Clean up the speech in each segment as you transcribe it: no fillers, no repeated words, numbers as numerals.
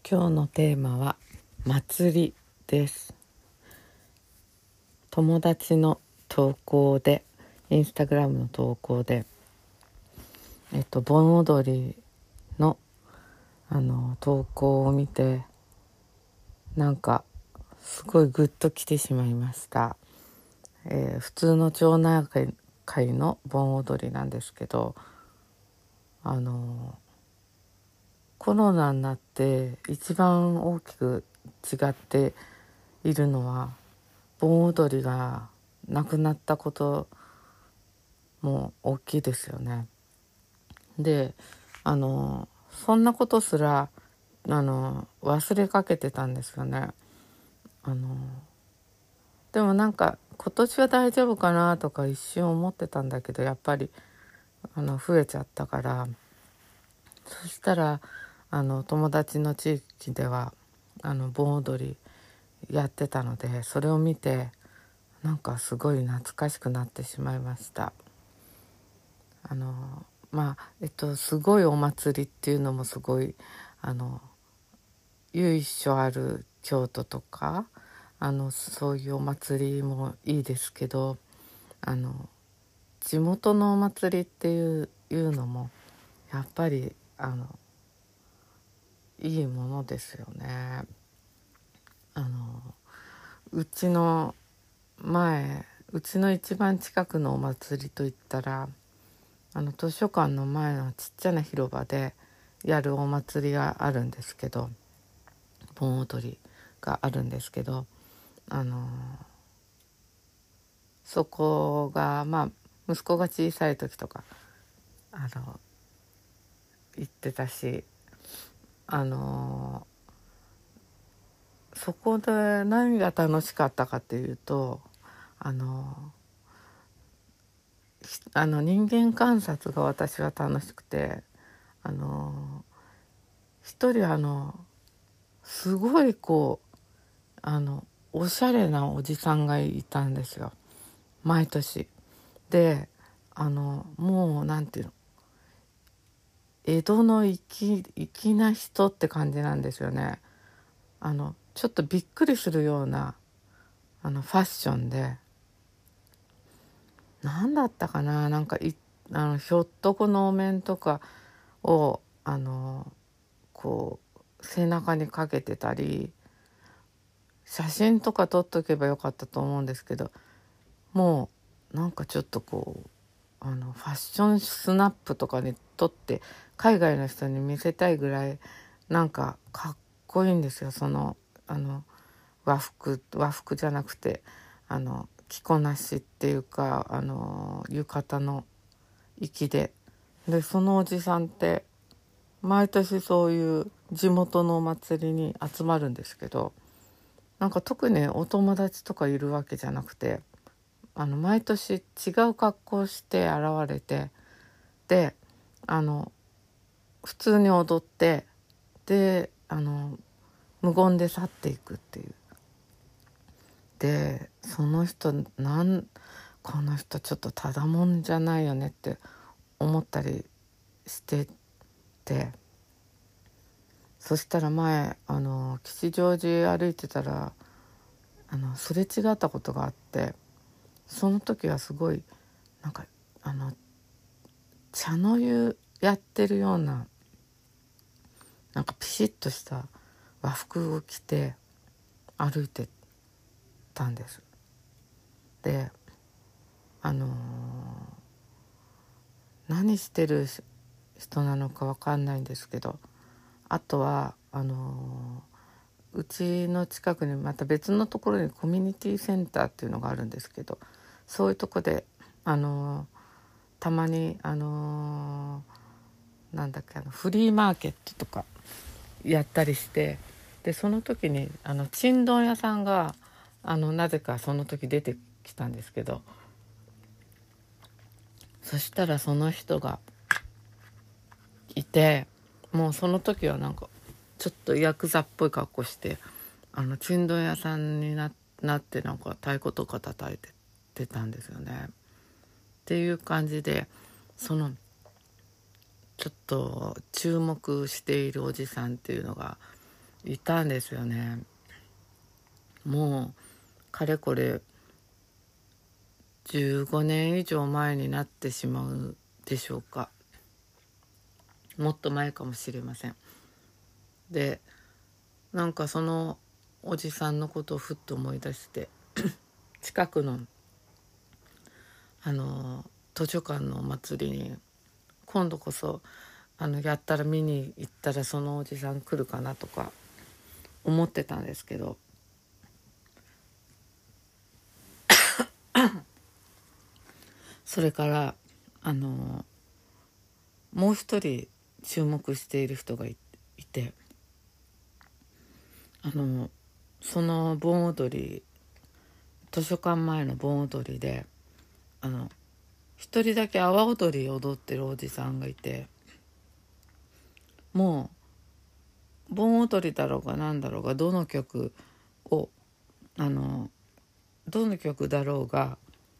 今日のテーマは祭りです。友達の投稿で、インスタグラムの投稿で、盆踊りの投稿を見て、なんかすごいグッときてしまいました。普通の町内会の盆踊りなんですけど、コロナになって一番大きく違っているのは、盆踊りがなくなったことも大きいですよね。で、そんなことすら忘れかけてたんですよね。でもなんか今年は大丈夫かなとか一瞬思ってたんだけど、やっぱり増えちゃったから、そしたら友達の地域では盆踊りやってたので、それを見てなんかすごい懐かしくなってしまいました。すごいお祭りっていうのもすごい由緒ある京都とかそういうお祭りもいいですけど、地元のお祭りっていうのもやっぱりいいものですよね。うちの一番近くのお祭りといったら図書館の前のちっちゃな広場でやるお祭りがあるんですけど、盆踊りがあるんですけど、そこが息子が小さい時とか行ってたし、そこで何が楽しかったかっていうと、人間観察が私は楽しくて、一人すごいおしゃれなおじさんがいたんですよ、毎年。でもうなんていうの、江戸の粋な人って感じなんですよね。ちょっとびっくりするようなファッションで、何だったかな、なんかひょっとこのお面とかを背中にかけてたり、写真とか撮っとけばよかったと思うんですけど、もうなんかちょっとファッションスナップとかに撮って海外の人に見せたいぐらいなんかかっこいいんですよ。和服じゃなくて着こなしっていうか浴衣の粋で、そのおじさんって毎年そういう地元のお祭りに集まるんですけど、なんか特にお友達とかいるわけじゃなくて、毎年違う格好をして現れて、で普通に踊って、で無言で去っていくっていう。でその人この人ちょっとただもんじゃないよねって思ったりしてて、そしたら前吉祥寺歩いてたらすれ違ったことがあって、その時はすごいなんか茶の湯やってるような、なんかピシッとした和服を着て歩いてたんです。で何してる人なのか分かんないんですけど、あとはうちの近くにまた別のところにコミュニティセンターっていうのがあるんですけど、そういうとこでたまになんだっけフリーマーケットとかやったりして、でその時にちんどん屋さんがなぜかその時出てきたんですけど、そしたらその人がいて、もうその時はなんかちょっとヤクザっぽい格好してちんどん屋さんになってなんか太鼓とか叩いてたんですよね。っていう感じで、ちょっと注目しているおじさんっていうのがいたんですよね。もうかれこれ15年以上前になってしまうでしょうか。もっと前かもしれません。でなんかそのおじさんのことをふっと思い出して近くの図書館のお祭りに今度こそやったら見に行ったらそのおじさん来るかなとか思ってたんですけど、それからもう一人注目している人がいて、その盆踊り、図書館前の盆踊りで一人だけ阿波踊り踊ってるおじさんがいて、もう盆踊りだろうが何だろうがどの曲だろうが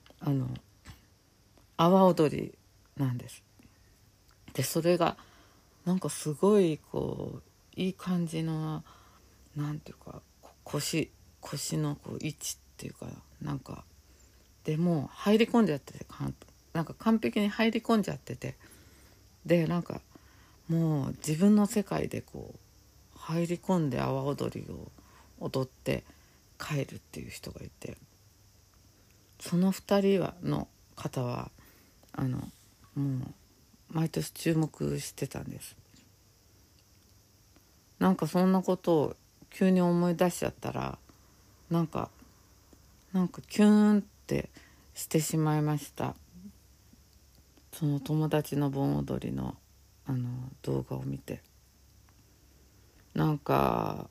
阿波踊りなんです。でそれがなんかすごいこういい感じのなんていうか腰のこう位置っていうかなんかでもう入り込んじゃっててなんか完璧に入り込んじゃってて、でなんかもう自分の世界でこう入り込んで阿波踊りを踊って帰るっていう人がいて、その2人の方はもう毎年注目してたんです。なんかそんなことを急に思い出しちゃったらなんかキューンってしてしまいました。その友達の盆踊りの動画を見て、なんか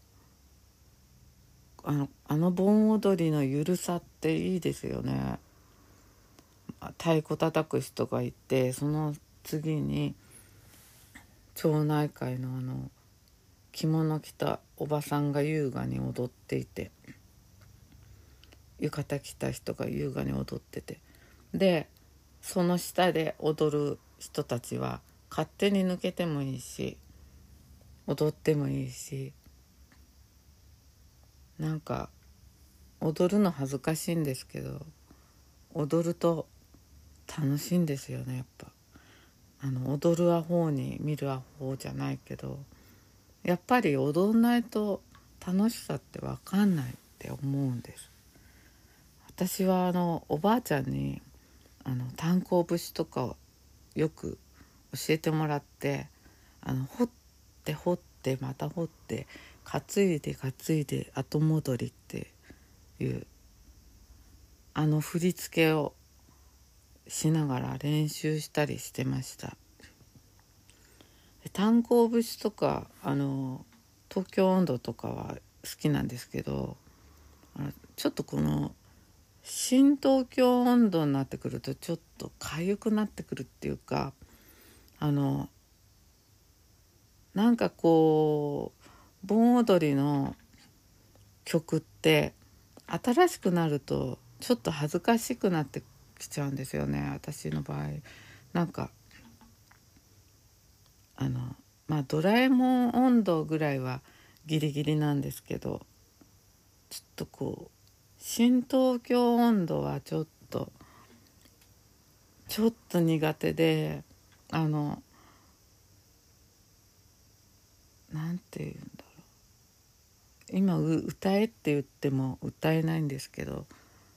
盆踊りのゆるさっていいですよね。太鼓叩く人がいて、その次に町内会の着物着たおばさんが優雅に踊っていて、浴衣着た人が優雅に踊ってて、でその下で踊る人たちは勝手に抜けてもいいし踊ってもいいし、なんか踊るの恥ずかしいんですけど踊ると楽しいんですよね。やっぱ踊るアホに見るアホじゃないけど、やっぱり踊んないと楽しさって分かんないって思うんです。私はおばあちゃんに炭鉱節とかをよく教えてもらって、掘って掘ってまた掘って担いで担いで後戻りっていう振り付けをしながら練習したりしてました。炭鉱節とか東京音頭とかは好きなんですけど、ちょっとこの新東京音頭になってくるとちょっと痒くなってくるっていうか、なんかこう盆踊りの曲って新しくなるとちょっと恥ずかしくなってきちゃうんですよね、私の場合。なんかドラえもん音頭ぐらいはギリギリなんですけど、ちょっとこう新東京音頭はちょっと苦手で、なんていうんだろう、今歌えって言っても歌えないんですけど、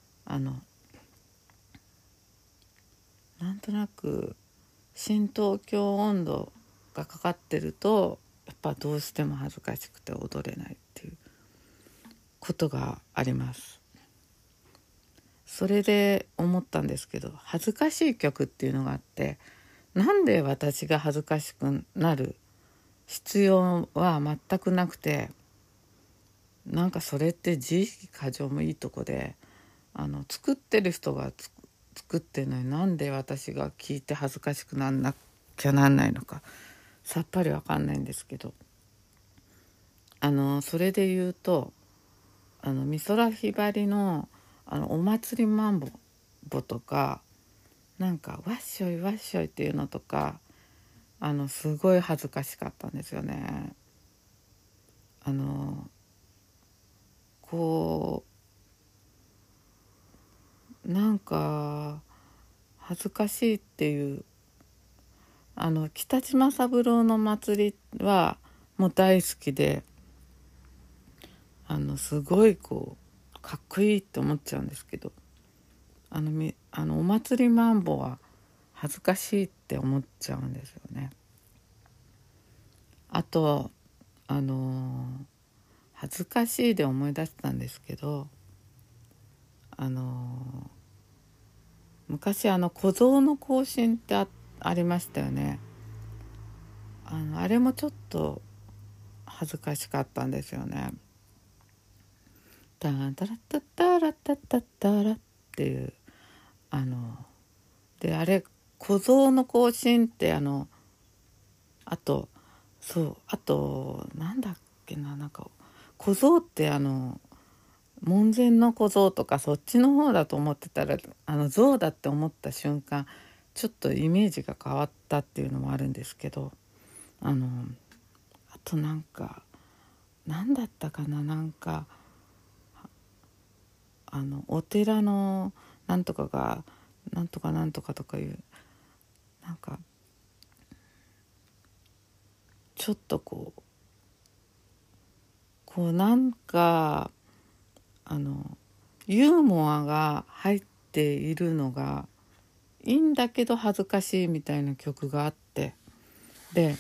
なんとなく新東京音頭がかかってるとやっぱどうしても恥ずかしくて踊れないっていうことがあります。それで思ったんですけど、恥ずかしい曲っていうのがあって、なんで私が恥ずかしくなる必要は全くなくて、なんかそれって自意識過剰もいいとこで、作ってる人が作ってるのになんで私が聞いて恥ずかしくなんなきゃなんないのかさっぱりわかんないんですけど、それで言うと美空ひばりのお祭りマンボとか、なんかわっしょいわっしょいっていうのとかすごい恥ずかしかったんですよね。 こなんか恥ずかしいっていう北島三郎の祭りはもう大好きで、すごいかっこいいって思っちゃうんですけど、お祭りマンボは恥ずかしいって思っちゃうんですよね。あと恥ずかしいで思い出したんですけど、昔小僧の行進ってありましたよね。あれもちょっと恥ずかしかったんですよね。タラタラタタラタタタラっていうであれ小僧の行進ってあとなんだっけな、なんか小僧って門前の小僧とかそっちの方だと思ってたら象だって思った瞬間ちょっとイメージが変わったっていうのもあるんですけど、あとなんだったかな、お寺のなんとかがなんとかなんとかとかいうちょっとユーモアが入っているのがいいんだけど恥ずかしいみたいな曲があって、で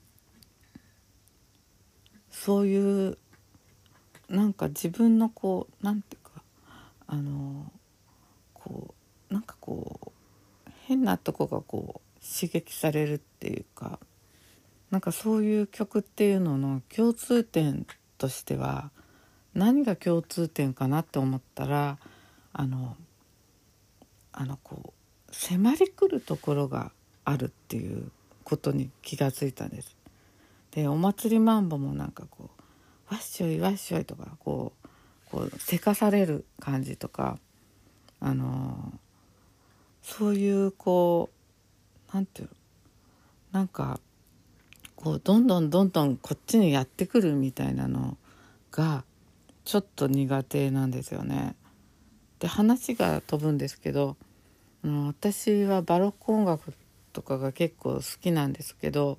そういう自分のなんていうか変なとこが刺激されるっていうか、そういう曲っていうのの共通点としては何が共通点かなって思ったら迫り来るところがあるっていうことに気がついたんです。でお祭りマンボもわっしょいわっしょいとかせかされる感じとかそういうなんていうどんどんどんどんこっちにやってくるみたいなのがちょっと苦手なんですよね。で話が飛ぶんですけど、私はバロック音楽とかが結構好きなんですけど、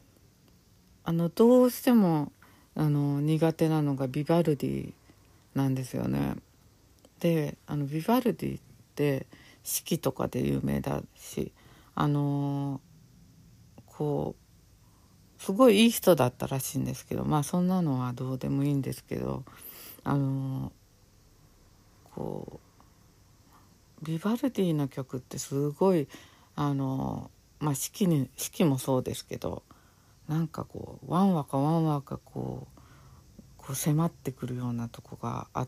どうしても苦手なのがビバルディなんですよね。でビバルディって四季とかで有名だしすごいいい人だったらしいんですけど、そんなのはどうでもいいんですけどビバルディの曲ってすごい四季もそうですけどワンワカワンワカ迫ってくるようなとこがあって、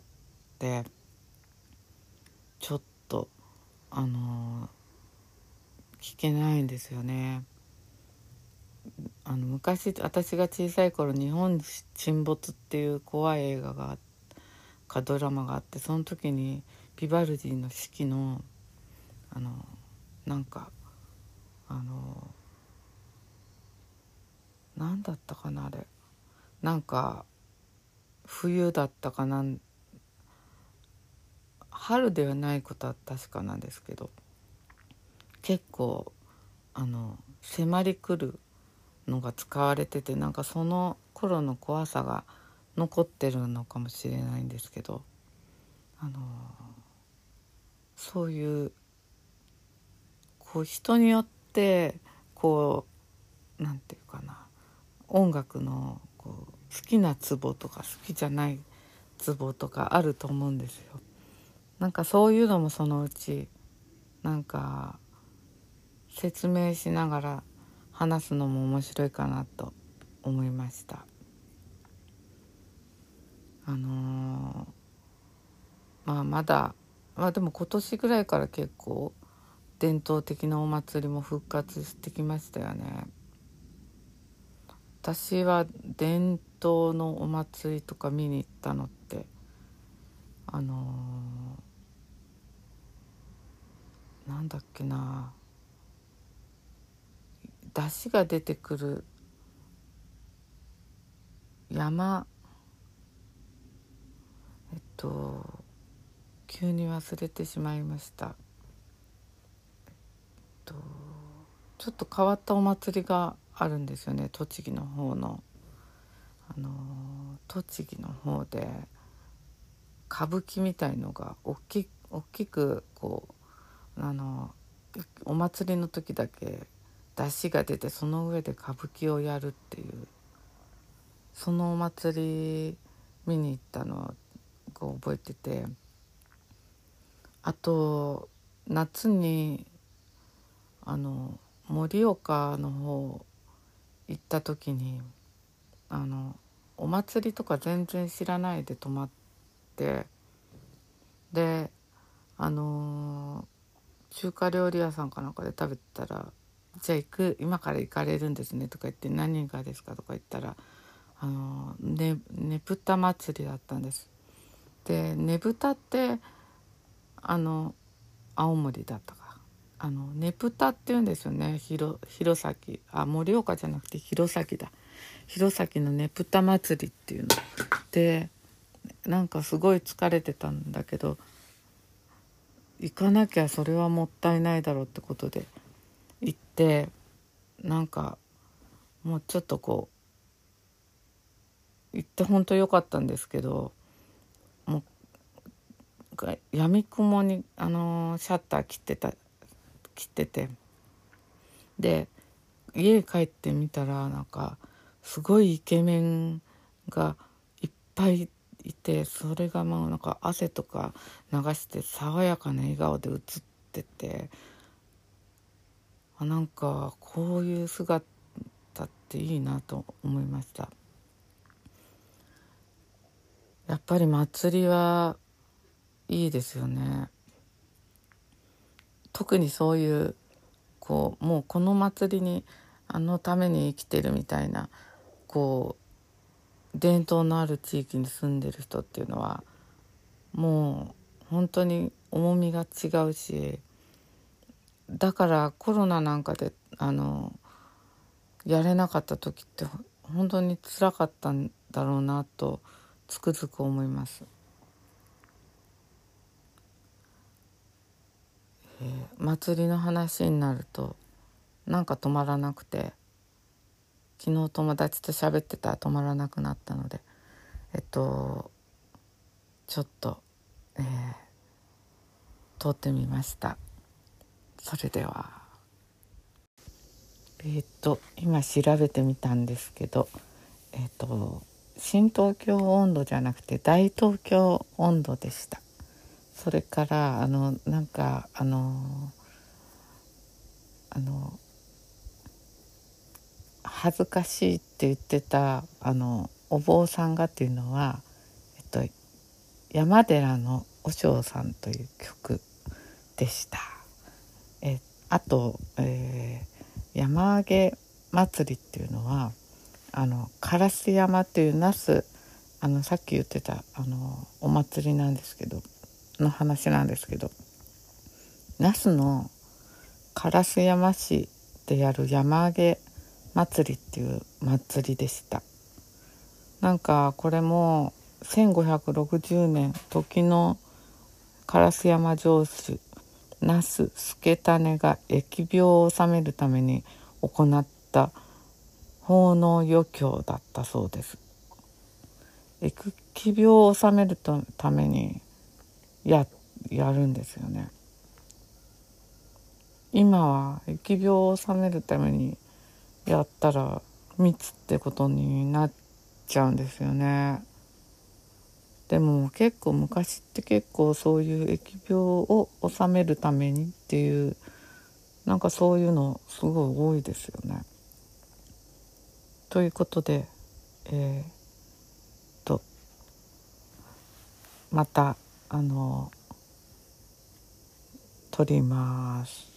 ちょっと聞けないんですよね。昔私が小さい頃日本沈没っていう怖い映画かドラマがあって、その時にビバルディの四季のなんだったかな、あれ冬だったかな、春ではないことは確かなんですけど、結構迫り来るのが使われてて、その頃の怖さが残ってるのかもしれないんですけど、そういう人によってなんていうかな、音楽の好きなツボとか好きじゃないツボとかあると思うんですよ。そういうのもそのうち説明しながら話すのも面白いかなと思いました。まだでも今年ぐらいから結構伝統的なお祭りも復活してきましたよね。私は伝統のお祭りとか見に行ったのってなんだっけな、出汁が出てくる山急に忘れてしまいました。ちょっと変わったお祭りがあるんですよね。栃木の方で歌舞伎みたいのが大きくこうお祭りの時だけ出汁が出て、その上で歌舞伎をやるっていう、そのお祭り見に行ったのを覚えてて、あと夏に盛岡の方行った時にお祭りとか全然知らないで泊まって、で中華料理屋さんかなんかで食べてたら、じゃあ今から行かれるんですねとか言って、何がですかとか言ったらねぶた祭りだったんです。でねぶたって青森だったかねぶたって言うんですよね。弘前盛岡じゃなくて弘前だ。弘前のねぶた祭りっていうので、なんかすごい疲れてたんだけど、行かなきゃそれはもったいないだろうってことで行って、なんかもうちょっとこう行って本当良かったんですけど、もうやみくもにシャッター切ってて、で家帰ってみたらなんかすごいイケメンがいっぱいいて、それがなんか汗とか流して爽やかな笑顔で映ってて、なんかこういう姿っていいなと思いました。やっぱり祭りはいいですよね。特にそういうもうこの祭りにために生きてるみたいな伝統のある地域に住んでる人っていうのはもう本当に重みが違うし、だからコロナなんかでやれなかった時って本当に辛かったんだろうなとつくづく思います。祭りの話になるとなんか止まらなくて、昨日友達と喋ってたら止まらなくなったのでちょっと、撮ってみました。それでは今調べてみたんですけど、新東京温度じゃなくて大東京温度でした。それからなんか恥ずかしいって言ってたお坊さんがっていうのは、山寺の和尚さんという曲でした。あと、山あげ祭りっていうのは烏山っていうさっき言ってたお祭りなんですけどの話なんですけど、那須の烏山市でやる山あげ祭りっていう祭りでした。なんかこれも1560年時の烏山城主那須助胤が疫病を治めるために行った奉納余興だったそうです。疫病を治めるためにやるんですよね。今は疫病を治めるためにやったら密ってことになっちゃうんですよね。でも昔って結構そういう疫病を治めるためにっていうなんかそういうのすごい多いですよね。ということでまた撮ります。